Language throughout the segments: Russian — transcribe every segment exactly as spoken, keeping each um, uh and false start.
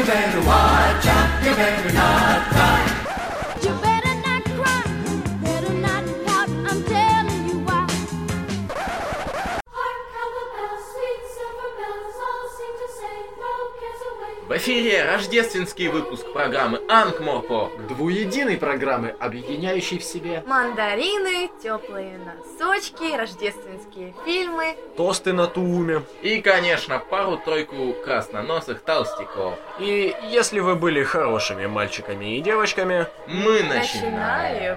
You better watch out, you better not cry. You better not cry, better not pout, I'm telling you why. Hark how the bells, sweet silver bells, all seem to say, throw cares away. В эфире рождественский выпуск программы Анкморпо. Двуединой программы, объединяющей в себе мандарины, теплые носочки, рождественские фильмы, тосты на тууме. И, конечно, пару-тройку красноносых толстяков. И если вы были хорошими мальчиками и девочками, мы начинаем. начинаем.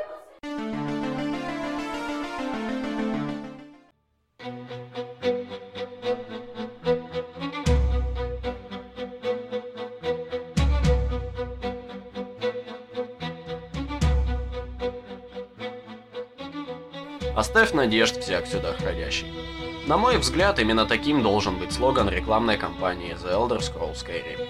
оставь надежд всяк сюда входящий. На мой взгляд, именно таким должен быть слоган рекламной кампании The Elder Scrolls Skyrim.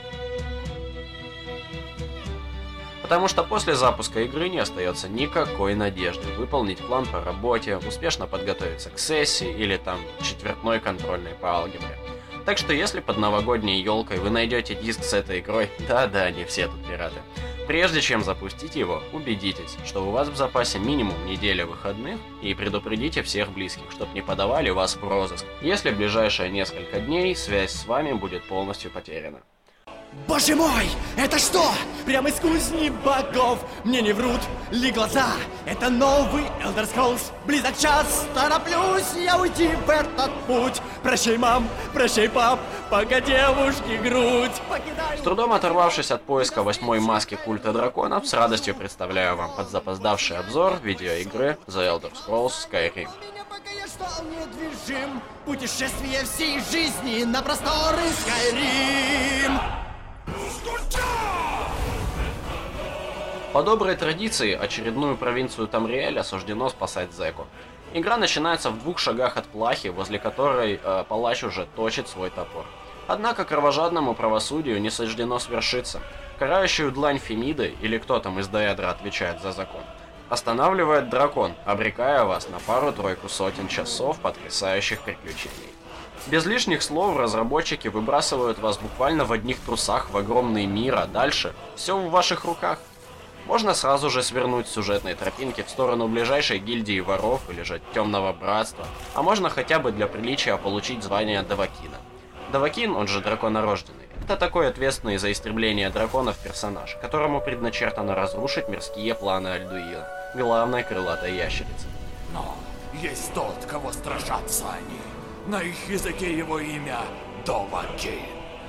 Потому что после запуска игры не остается никакой надежды выполнить план по работе, успешно подготовиться к сессии или там четвертной контрольной по алгебре. Так что если под новогодней елкой вы найдете диск с этой игрой, да-да, не все тут пираты, прежде чем запустить его, убедитесь, что у вас в запасе минимум неделя выходных и предупредите всех близких, чтобы не подавали вас в розыск, если в ближайшие несколько дней связь с вами будет полностью потеряна. Боже мой, это что? Прямо из кузни богов. Мне не врут ли глаза? Это новый Elder Scrolls. Близок час, тороплюсь я уйти в этот путь. Прощай, мам, прощай, пап, пока девушки грудь покидаю. С трудом оторвавшись от поиска восьмой маски культа драконов, с радостью представляю вам подзапоздавший обзор видеоигры The Elder Scrolls Skyrim. Недвижим путешествие всей жизни на просторы Skyrim. По доброй традиции, очередную провинцию Тамриэля суждено спасать Зеку. Игра начинается в двух шагах от плахи, возле которой э, палач уже точит свой топор. Однако кровожадному правосудию не суждено свершиться. Карающую длань Фемиды, или кто там из Деэдра отвечает за закон, останавливает дракон, обрекая вас на пару-тройку сотен часов потрясающих приключений. Без лишних слов разработчики выбрасывают вас буквально в одних трусах в огромный мир, а дальше все в ваших руках. Можно сразу же свернуть с сюжетной тропинки в сторону ближайшей гильдии воров или же Темного Братства, а можно хотя бы для приличия получить звание Давакина. Давакин, он же Драконорожденный, это такой ответственный за истребление драконов персонаж, которому предначертано разрушить мирские планы Альдуина, главной крылатой ящерицы. Но есть тот, кого страшатся они. На их языке его имя Довакин.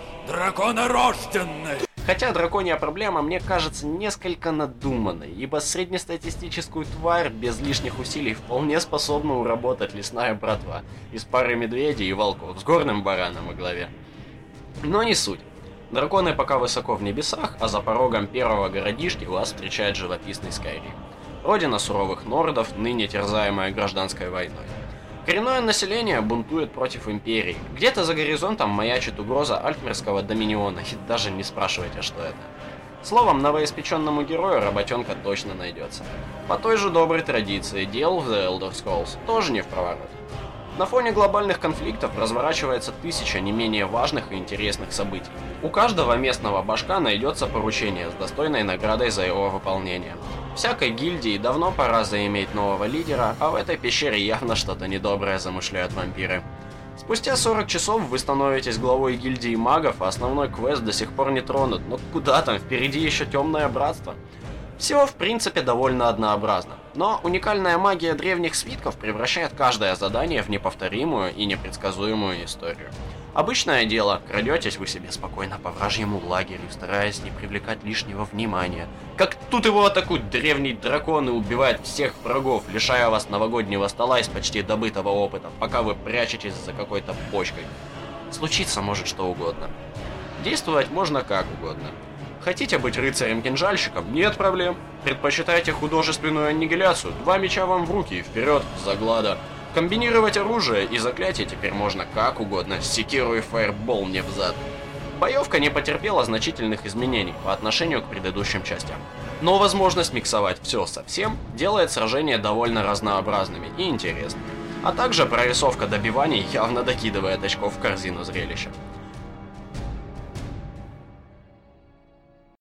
Драконорожденный! Хотя драконья проблема мне кажется несколько надуманной, ибо среднестатистическую тварь без лишних усилий вполне способна уработать лесная братва из пары медведей и волков с горным бараном во главе. Но не суть. Драконы пока высоко в небесах, а за порогом первого городишки вас встречает живописный Скайрим. Родина суровых нордов, ныне терзаемая гражданской войной. Коренное население бунтует против империи. Где-то за горизонтом маячит угроза альтмерского доминиона, и даже не спрашивайте, что это. Словом, новоиспеченному герою работенка точно найдется. По той же доброй традиции дел в The Elder Scrolls тоже не в проворот. На фоне глобальных конфликтов разворачивается тысяча не менее важных и интересных событий. У каждого местного башка найдется поручение с достойной наградой за его выполнение. Всякой гильдии давно пора заиметь нового лидера, а в этой пещере явно что-то недоброе замышляют вампиры. Спустя сорок часов вы становитесь главой гильдии магов, а основной квест до сих пор не тронут. Но куда там, впереди еще Темное Братство. Все, в принципе, довольно однообразно. Но уникальная магия древних свитков превращает каждое задание в неповторимую и непредсказуемую историю. Обычное дело, крадетесь вы себе спокойно по вражьему лагерю, стараясь не привлекать лишнего внимания. Как тут его атакуют древний дракон и убивает всех врагов, лишая вас новогоднего стола из почти добытого опыта, пока вы прячетесь за какой-то бочкой. Случиться может что угодно. Действовать можно как угодно. Хотите быть рыцарем-кинжальщиком? Нет проблем. Предпочитаете художественную аннигиляцию? Два меча вам в руки и вперед, заглада. Комбинировать оружие и заклятие теперь можно как угодно, секиру и фаербол мне взад. Боевка не потерпела значительных изменений по отношению к предыдущим частям. Но возможность миксовать все со всем делает сражения довольно разнообразными и интересными. А также прорисовка добиваний явно докидывает очков в корзину зрелища.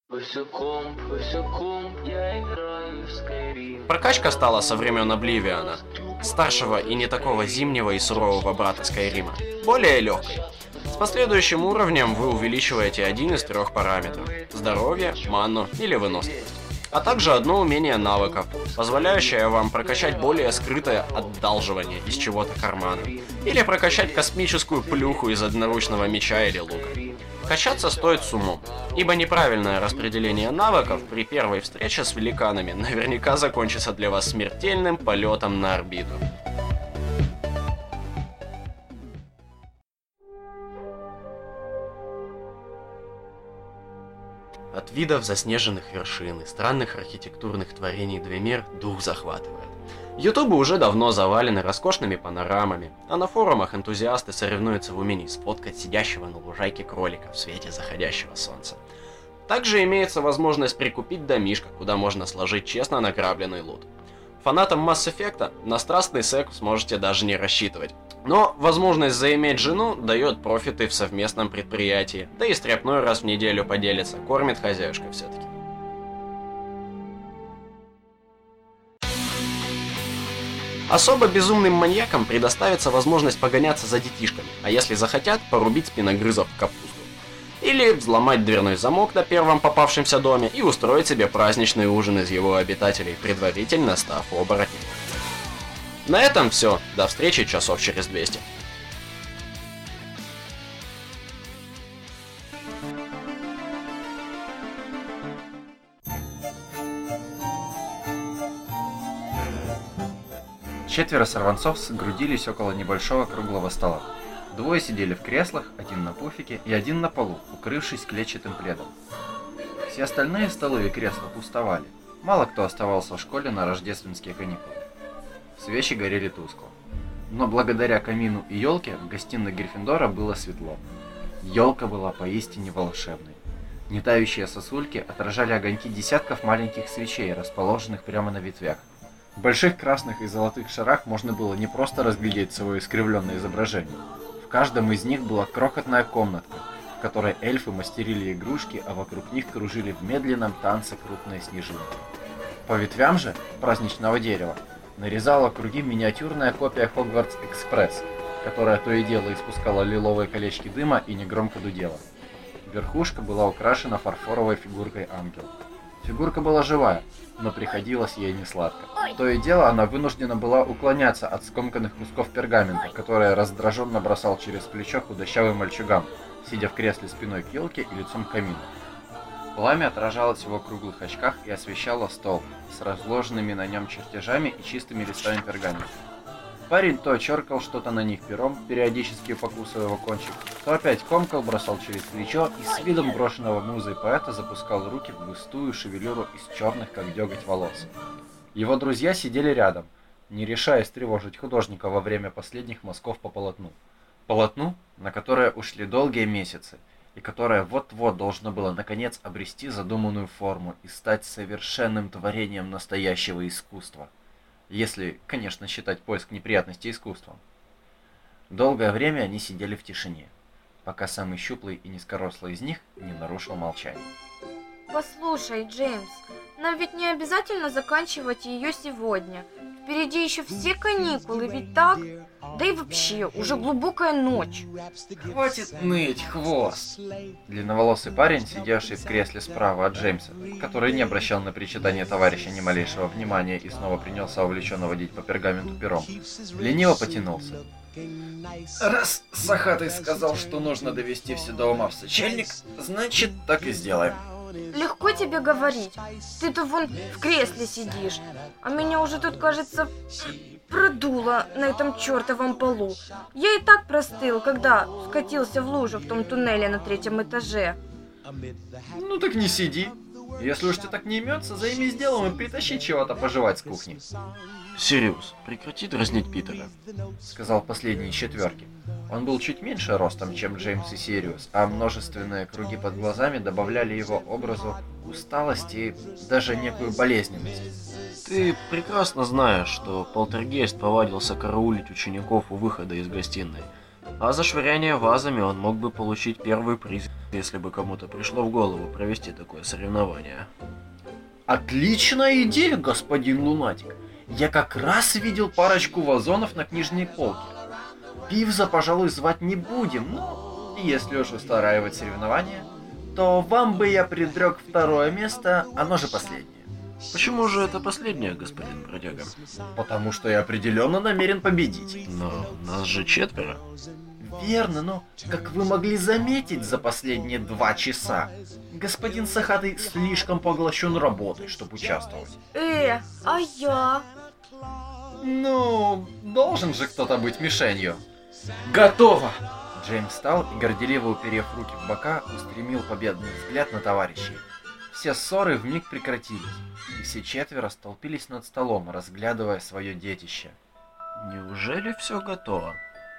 Прокачка стала со времен Обливиона, старшего и не такого зимнего и сурового брата Скайрима, более легкой. С последующим уровнем вы увеличиваете один из трех параметров – здоровье, ману или выносливость, а также одно умение навыков, позволяющее вам прокачать более скрытое одалживание из чего-то кармана, или прокачать космическую плюху из одноручного меча или лука. Качаться стоит с умом, ибо неправильное распределение навыков при первой встрече с великанами наверняка закончится для вас смертельным полетом на орбиту. От видов заснеженных вершин и странных архитектурных творений Двемир дух захватывает. Ютубы уже давно завалены роскошными панорамами, а на форумах энтузиасты соревнуются в умении сфоткать сидящего на лужайке кролика в свете заходящего солнца. Также имеется возможность прикупить домишко, куда можно сложить честно награбленный лут. Фанатам Mass Effect на страстный секс можете даже не рассчитывать. Но возможность заиметь жену дает профиты в совместном предприятии, да и стряпной раз в неделю поделится, кормит хозяюшка все-таки. Особо безумным маньякам предоставится возможность погоняться за детишками, а если захотят, порубить спиногрызов в капусту. Или взломать дверной замок на первом попавшемся доме и устроить себе праздничный ужин из его обитателей, предварительно став оборотнем. На этом все. До встречи часов через двести. Четверо сорванцов сгрудились около небольшого круглого стола. Двое сидели в креслах, один на пуфике и один на полу, укрывшись клетчатым пледом. Все остальные столы и кресла пустовали. Мало кто оставался в школе на рождественские каникулы. Свечи горели тускло. Но благодаря камину и елке в гостиной Гриффиндора было светло. Елка была поистине волшебной. Нетающие сосульки отражали огоньки десятков маленьких свечей, расположенных прямо на ветвях. В больших красных и золотых шарах можно было не просто разглядеть свое искривленное изображение. В каждом из них была крохотная комнатка, в которой эльфы мастерили игрушки, а вокруг них кружили в медленном танце крупные снежинки. По ветвям же праздничного дерева нарезала круги миниатюрная копия Хогвартс Экспресс, которая то и дело испускала лиловые колечки дыма и негромко дудела. Верхушка была украшена фарфоровой фигуркой ангела. Фигурка была живая, но приходилось ей несладко. То и дело она вынуждена была уклоняться от скомканных кусков пергамента, которые раздраженно бросал через плечо худощавый мальчуган, сидя в кресле спиной к елке и лицом к камину. Пламя отражалось в его круглых очках и освещало стол с разложенными на нем чертежами и чистыми листами пергамента. Парень то черкал что-то на них пером, периодически покусывая его кончик, то опять комкал, бросал через плечо и с видом брошенного музой поэта запускал руки в густую шевелюру из черных, как деготь, волос. Его друзья сидели рядом, не решаясь тревожить художника во время последних мазков по полотну. Полотну, на которое ушли долгие месяцы, и которое вот-вот должно было наконец обрести задуманную форму и стать совершенным творением настоящего искусства. Если, конечно, считать поиск неприятностей искусством. Долгое время они сидели в тишине, пока самый щуплый и низкорослый из них не нарушил молчание. Послушай, Джеймс, нам ведь не обязательно заканчивать ее сегодня. Впереди еще все каникулы, ведь так? Да и вообще, уже глубокая ночь. Хватит ныть, хвост! Длинноволосый парень, сидевший в кресле справа от Джеймса, который не обращал на причитание товарища ни малейшего внимания и снова принялся увлеченно водить по пергаменту пером, лениво потянулся. Раз Сахатый сказал, что нужно довести все до ума в сочельник, значит, так и сделаем. Легко тебе говорить. Ты-то вон в кресле сидишь, а меня уже тут, кажется, продуло на этом чертовом полу. Я и так простыл, когда скатился в лужу в том туннеле на третьем этаже. Ну так не сиди. Если уж тебе так не имется, займись делом и притащи чего-то пожевать с кухни. Сириус, прекрати дразнить Питера, сказал последний из четверки. Он был чуть меньше ростом, чем Джеймс и Сириус, а множественные круги под глазами добавляли его образу усталости и даже некую болезненность. Ты прекрасно знаешь, что полтергейст повадился караулить учеников у выхода из гостиной, а за швыряние вазами он мог бы получить первый приз. если бы кому-то пришло в голову провести такое соревнование. Отличная идея, господин Лунатик. Я как раз видел парочку вазонов на книжной полке. Пивза, пожалуй, звать не будем, но если уж устраивать соревнования, то вам бы я предрек второе место, оно же последнее. Почему же это последнее, господин бродяга? Потому что я определенно намерен победить. Но нас же четверо. Верно, но, как вы могли заметить за последние два часа, господин Сахатый слишком поглощен работой, чтобы участвовать. Э, а я? Ну, должен же кто-то быть мишенью. Готово! Джеймс встал и, горделиво уперев руки в бока, устремил победный взгляд на товарищей. Все ссоры вмиг прекратились, и все четверо столпились над столом, разглядывая свое детище. Неужели все готово?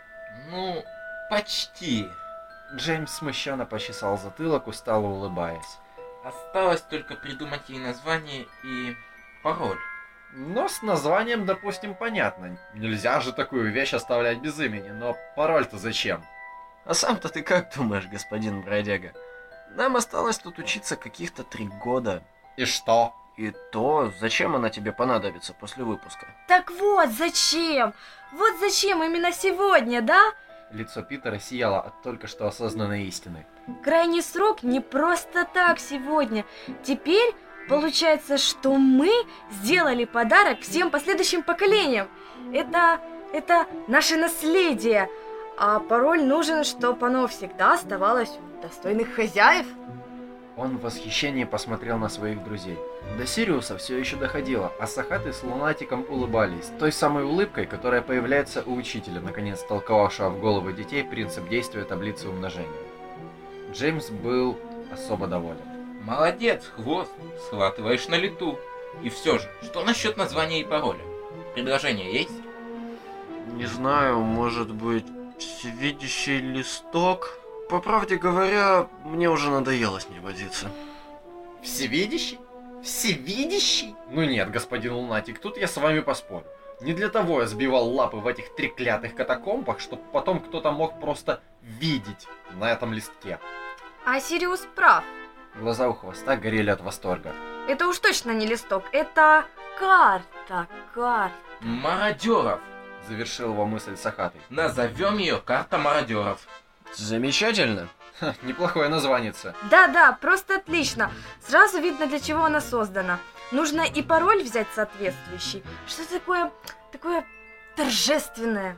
Ну, почти. Джеймс смущенно почесал затылок, устало улыбаясь. Осталось только придумать ей название и пароль. Но с названием, допустим, понятно. Нельзя же такую вещь оставлять без имени, но пароль-то зачем? А сам-то ты как думаешь, господин бродяга? Нам осталось тут учиться каких-то три года. И что? И то, зачем она тебе понадобится после выпуска? Так вот, зачем? Вот зачем именно сегодня, да? Лицо Питера сияло от только что осознанной истины. Крайний срок не просто так сегодня. Теперь получается, что мы сделали подарок всем последующим поколениям. Это, это наше наследие. А пароль нужен, чтобы оно всегда оставалось у достойных хозяев. Он в восхищении посмотрел на своих друзей. До Сириуса все еще доходило, а Сахаты с Лунатиком улыбались, той самой улыбкой, которая появляется у учителя, наконец толковавшего в головы детей принцип действия таблицы умножения. Джеймс был особо доволен. Молодец, Хвост, схватываешь на лету. И все же, что насчет названия и пароля? Предложение есть? Не знаю, может быть, всевидящий листок? По правде говоря, мне уже надоело с ней возиться. Всевидящий? Всевидящий? Ну нет, господин Лунатик, тут я с вами поспорю. Не для того я сбивал лапы в этих треклятых катакомбах, чтобы потом кто-то мог просто видеть на этом листке. А Сириус прав. Глаза у Хвоста горели от восторга. Это уж точно не листок, это карта, карта. Мародеров. Завершил его мысль Сахатый. Назовем ее карта мародеров. Замечательно. Ха, неплохое названице. Да-да, просто отлично. Сразу видно, для чего она создана. Нужно и пароль взять соответствующий. Что такое, такое торжественное.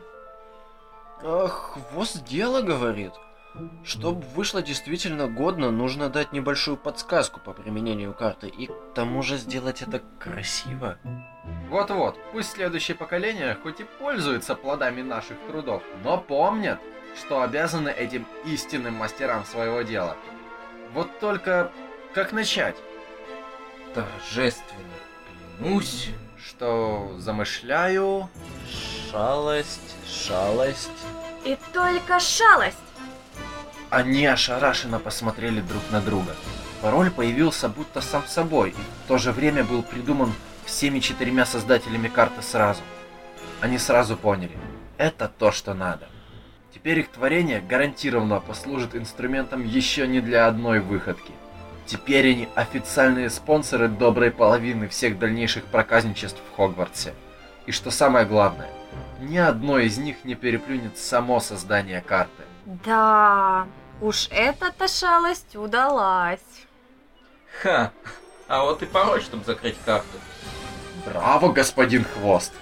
А Хвост дело говорит. Чтобы вышло действительно годно, нужно дать небольшую подсказку по применению карты и к тому же сделать это красиво. Вот-вот, пусть следующее поколение хоть и пользуется плодами наших трудов, но помнят, что обязаны этим истинным мастерам своего дела. Вот только как начать? Торжественно клянусь, что замышляю... Шалость, шалость. И только шалость. Они ошарашенно посмотрели друг на друга. Пароль появился будто сам собой и в то же время был придуман всеми четырьмя создателями карты сразу. Они сразу поняли, это то, что надо. Теперь их творение гарантированно послужит инструментом еще не для одной выходки. Теперь они официальные спонсоры доброй половины всех дальнейших проказничеств в Хогвартсе. И что самое главное, ни одно из них не переплюнет само создание карты. Да, уж эта-то шалость удалась. ха, а вот и пароль, чтобы закрыть карту. Браво, господин Хвост!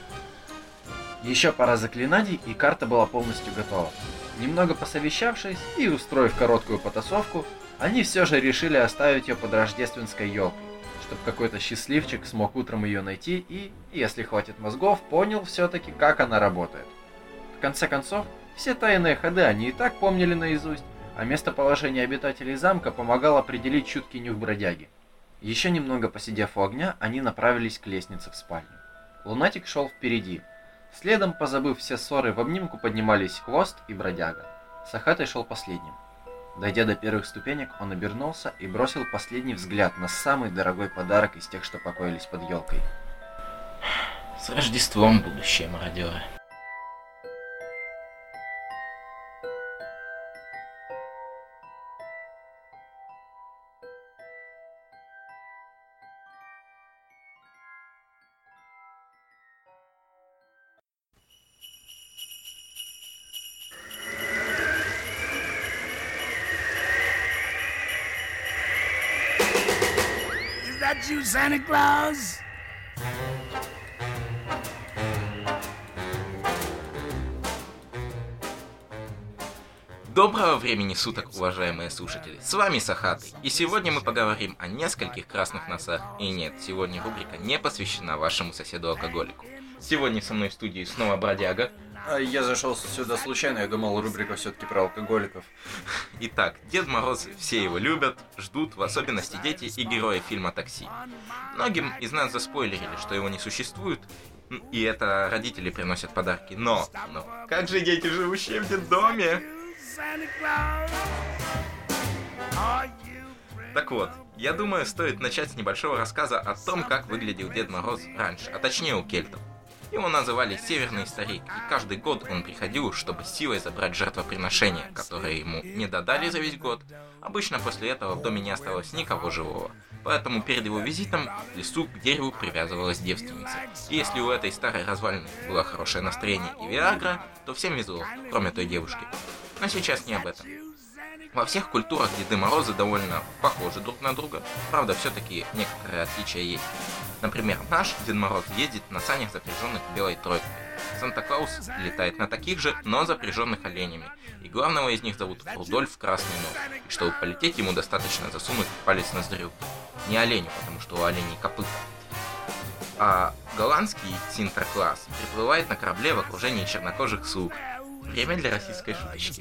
Еще пара заклинаний, и карта была полностью готова. Немного посовещавшись и устроив короткую потасовку, они все же решили оставить ее под рождественской елкой, чтобы какой-то счастливчик смог утром ее найти и, если хватит мозгов, понял все-таки, как она работает. В конце концов, все тайные ходы они и так помнили наизусть, а местоположение обитателей замка помогал определить чуткий нюх бродяги. Еще немного посидев у огня, они направились к лестнице в спальню. Лунатик шел впереди. Следом, позабыв все ссоры, в обнимку поднимались Хвост и Бродяга. Сахатый шел последним. Дойдя до первых ступенек, он обернулся и бросил последний взгляд на самый дорогой подарок из тех, что покоились под елкой. С Рождеством, будущие мародеры. that you, Santa Claus? Доброго времени суток, уважаемые слушатели! С вами Сахатый, и сегодня мы поговорим о нескольких красных носах. И нет, сегодня рубрика не посвящена вашему соседу-алкоголику. Сегодня со мной в студии снова бродяга. А я зашел сюда случайно, я думал, рубрика все-таки про алкоголиков. Итак, Дед Мороз, все его любят, ждут, в особенности дети и герои фильма «Такси». Многим из нас заспойлерили, что его не существует, и это родители приносят подарки. Но, но, как же дети, живущие в детдоме? Так вот, я думаю, стоит начать с небольшого рассказа о том, как выглядел Дед Мороз раньше, а точнее у кельтов. Его называли Северный Старик, и каждый год он приходил, чтобы силой забрать жертвоприношения, которые ему не додали за весь год. Обычно после этого в доме не осталось никого живого, поэтому перед его визитом в лесу к дереву привязывалась девственница. И если у этой старой развалины было хорошее настроение и виагра, то всем везло, кроме той девушки. Но сейчас не об этом. Во всех культурах Деды Морозы довольно похожи друг на друга, правда, все-таки некоторые отличия есть. Например, наш Дед Мороз ездит на санях, запряженных белой тройкой. Санта-Клаус летает на таких же, но запряженных оленями. И главного из них зовут Рудольф Красный Нос. И чтобы полететь, ему достаточно засунуть палец в ноздрю. Не оленю, потому что у оленей копыта. А голландский Синтерклаас приплывает на корабле в окружении чернокожих слуг. Время для российской шуточки.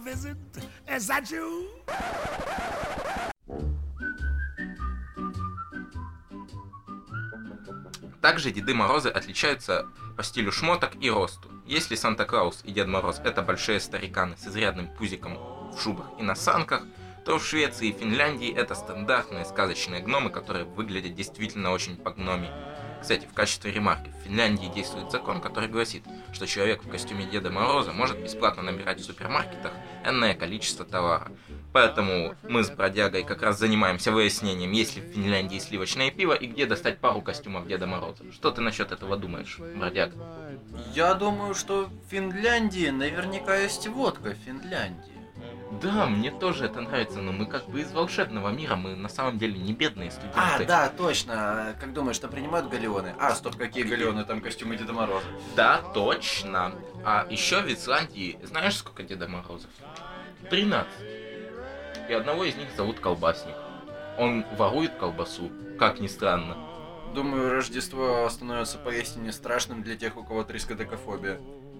Также Деды Морозы отличаются по стилю шмоток и росту. Если Санта-Клаус и Дед Мороз это большие стариканы с изрядным пузиком в шубах и на санках, то в Швеции и Финляндии это стандартные сказочные гномы, которые выглядят действительно очень по-гноми. Кстати, в качестве ремарки, в Финляндии действует закон, который гласит, что человек в костюме Деда Мороза может бесплатно набирать в супермаркетах энное количество товара. Поэтому мы с бродягой как раз занимаемся выяснением, есть ли в Финляндии сливочное пиво и где достать пару костюмов Деда Мороза. Что ты насчет этого думаешь, бродяга? Я думаю, что в Финляндии наверняка есть водка в Финляндии. Да, мне тоже это нравится, но мы как бы из волшебного мира, мы на самом деле не бедные студенты. А, да, точно. Как думаешь, что принимают галеоны? А, стоп, какие галеоны? Там костюмы Деда Мороза. Да, точно. А еще в Исландии, знаешь, сколько Деда Морозов? тринадцать. И одного из них зовут Колбасник. Он ворует колбасу, как ни странно. Думаю, Рождество становится поистине страшным для тех, у кого трискодекафобия.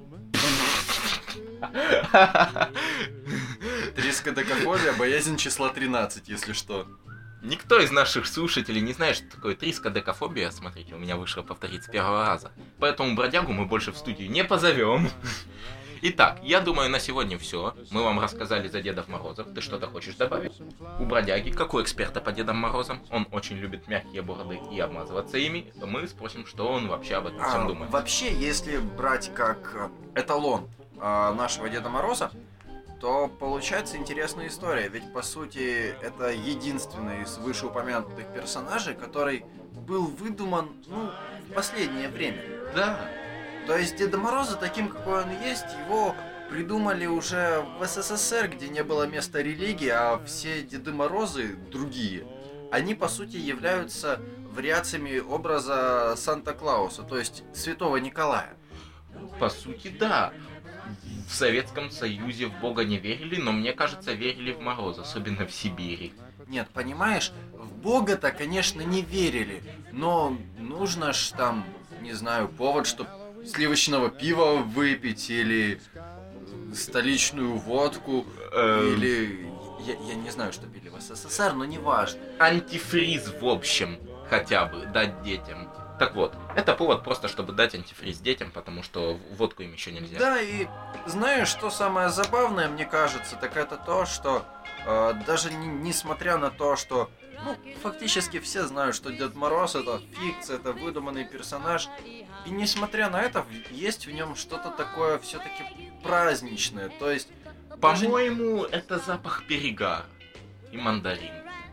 Трискодекафобия, боязнь числа тринадцать, если что. Никто из наших слушателей не знает, что такое трискодекафобия. Смотрите, у меня вышло повторить с первого раза. Поэтому бродягу мы больше в студию не позовем. Итак, я думаю, на сегодня все. Мы вам рассказали за Дедов Морозов. Ты что-то хочешь добавить? У бродяги, как у эксперта по Дедам Морозам, он очень любит мягкие бороды и обмазываться ими, то мы спросим, что он вообще об этом а, всем думает. Вообще, если брать как эталон э, нашего Деда Мороза, то получается интересная история. Ведь, по сути, это единственный из вышеупомянутых персонажей, который был выдуман, ну, в последнее время. Да. То есть Деда Мороза, таким, какой он есть, его придумали уже в СССР, где не было места религии, а все Деды Морозы, другие, они, по сути, являются вариациями образа Санта-Клауса, то есть Святого Николая. По сути, да. В Советском Союзе в Бога не верили, но мне кажется, верили в Мороз, особенно в Сибири. Нет, понимаешь, в Бога-то, конечно, не верили, но нужно ж там, не знаю, повод, чтобы сливочного пива выпить, или столичную водку, эм... или... Я, я не знаю, что пили в СССР, но неважно. Антифриз, в общем, хотя бы дать детям. Так вот, это повод просто, чтобы дать антифриз детям, потому что водку им еще нельзя. Да, и знаешь, что самое забавное, мне кажется, так это то, что э, даже не, несмотря на то, что, ну, фактически все знают, что Дед Мороз это фикция, это выдуманный персонаж, и несмотря на это, есть в нем что-то такое все-таки праздничное, то есть... По-моему, даже... это запах перегара и мандарин.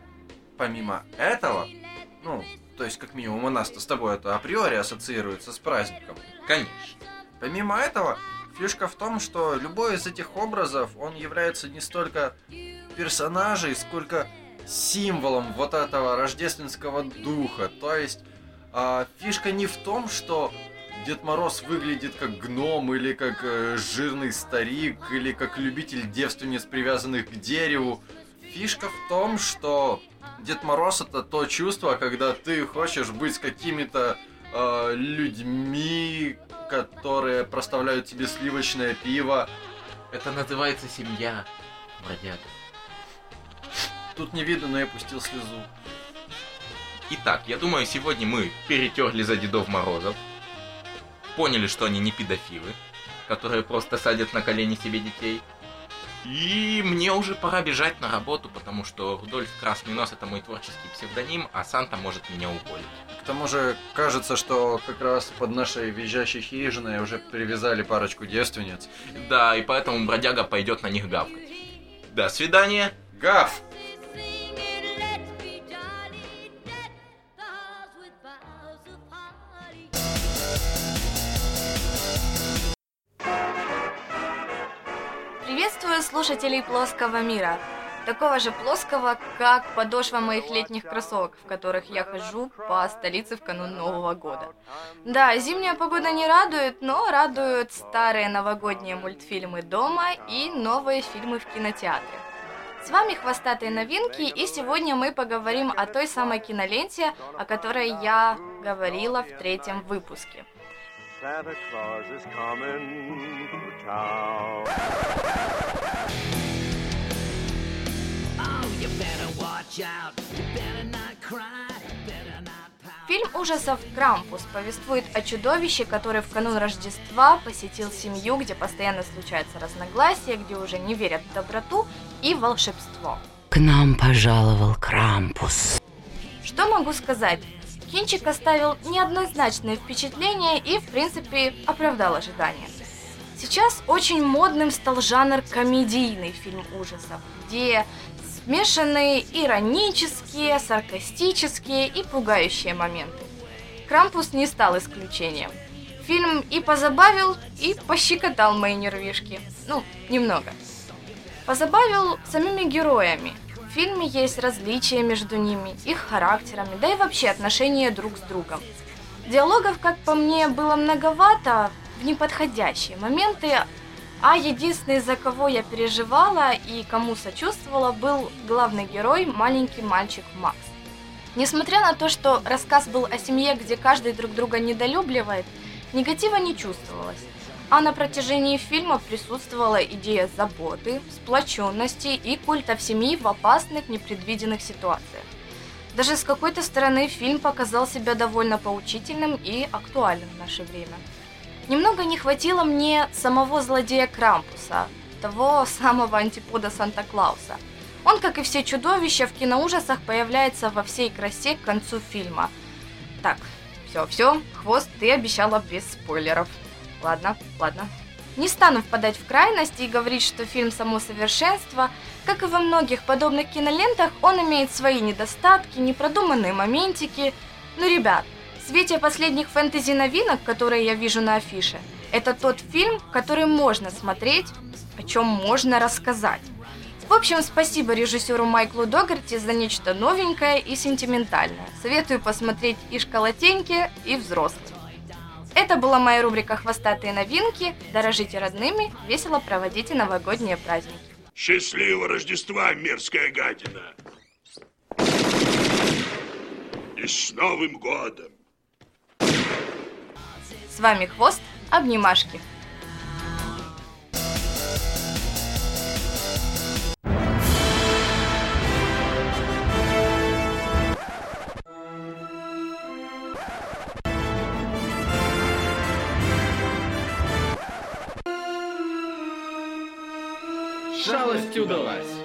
Помимо этого, ну... То есть, как минимум, у нас-то с тобой это априори ассоциируется с праздником. Конечно. Помимо этого, фишка в том, что любой из этих образов, он является не столько персонажей, сколько символом вот этого рождественского духа. То есть э, фишка не в том, что Дед Мороз выглядит как гном, или как э, жирный старик, или как любитель девственниц, привязанных к дереву. Фишка в том, что Дед Мороз — это то чувство, когда ты хочешь быть с какими-то э, людьми, которые проставляют тебе сливочное пиво. Это называется семья, бродяга. Тут не видно, но я пустил слезу. Итак, я думаю, сегодня мы перетерли за Дедов Морозов, поняли, что они не педофилы, которые просто садят на колени себе детей. И мне уже пора бежать на работу, потому что Рудольф Красный Нос — это мой творческий псевдоним, а Санта может меня уволить. К тому же, кажется, что как раз под нашей визжащей хижиной уже привязали парочку девственниц. Да, и поэтому бродяга пойдет на них гавкать. До свидания. Гав! Приветствую слушателей плоского мира. Такого же плоского, как подошва моих летних кроссовок, в которых я хожу по столице в канун Нового года. Да, зимняя погода не радует, но радуют старые новогодние мультфильмы дома и новые фильмы в кинотеатре. С вами Хвостатые новинки, и сегодня мы поговорим о той самой киноленте, о которой я говорила в третьем выпуске. Santa Claus is coming to town. Фильм ужасов «Крампус» повествует о чудовище, которое в канун Рождества посетил семью, где постоянно случаются разногласия, где уже не верят в доброту и волшебство. К нам пожаловал Крампус. Что могу сказать? Кинчик оставил неоднозначное впечатление и, в принципе, оправдал ожидания. Сейчас очень модным стал жанр комедийный фильм ужасов, где смешанные иронические, саркастические и пугающие моменты. «Крампус» не стал исключением. Фильм и позабавил, и пощекотал мои нервишки. Ну, немного. Позабавил самими героями. В фильме есть различия между ними, их характерами, да и вообще отношения друг с другом. Диалогов, как по мне, было многовато в неподходящие моменты, а единственный, за кого я переживала и кому сочувствовала, был главный герой, маленький мальчик Макс. Несмотря на то, что рассказ был о семье, где каждый друг друга недолюбливает, негатива не чувствовалось. А на протяжении фильма присутствовала идея заботы, сплоченности и культа в семьи в опасных, непредвиденных ситуациях. Даже с какой-то стороны фильм показал себя довольно поучительным и актуальным в наше время. Немного не хватило мне самого злодея Крампуса, того самого антипода Санта-Клауса. Он, как и все чудовища, в киноужасах появляется во всей красе к концу фильма. Так, все-все, Хвост, ты обещала без спойлеров. Ладно, ладно. Не стану впадать в крайности и говорить, что фильм само совершенство. Как и во многих подобных кинолентах, он имеет свои недостатки, непродуманные моментики. Но, ребят, в свете последних фэнтези-новинок, которые я вижу на афише, это тот фильм, который можно смотреть, о чем можно рассказать. В общем, спасибо режиссеру Майклу Догерти за нечто новенькое и сентиментальное. Советую посмотреть и школотеньки, и взрослым. Это была моя рубрика «Хвостатые новинки». Дорожите родными, весело проводите новогодние праздники. Счастливого Рождества, мерзкая гадина! И с Новым годом! С вами Хвост, обнимашки. Шалость удалась.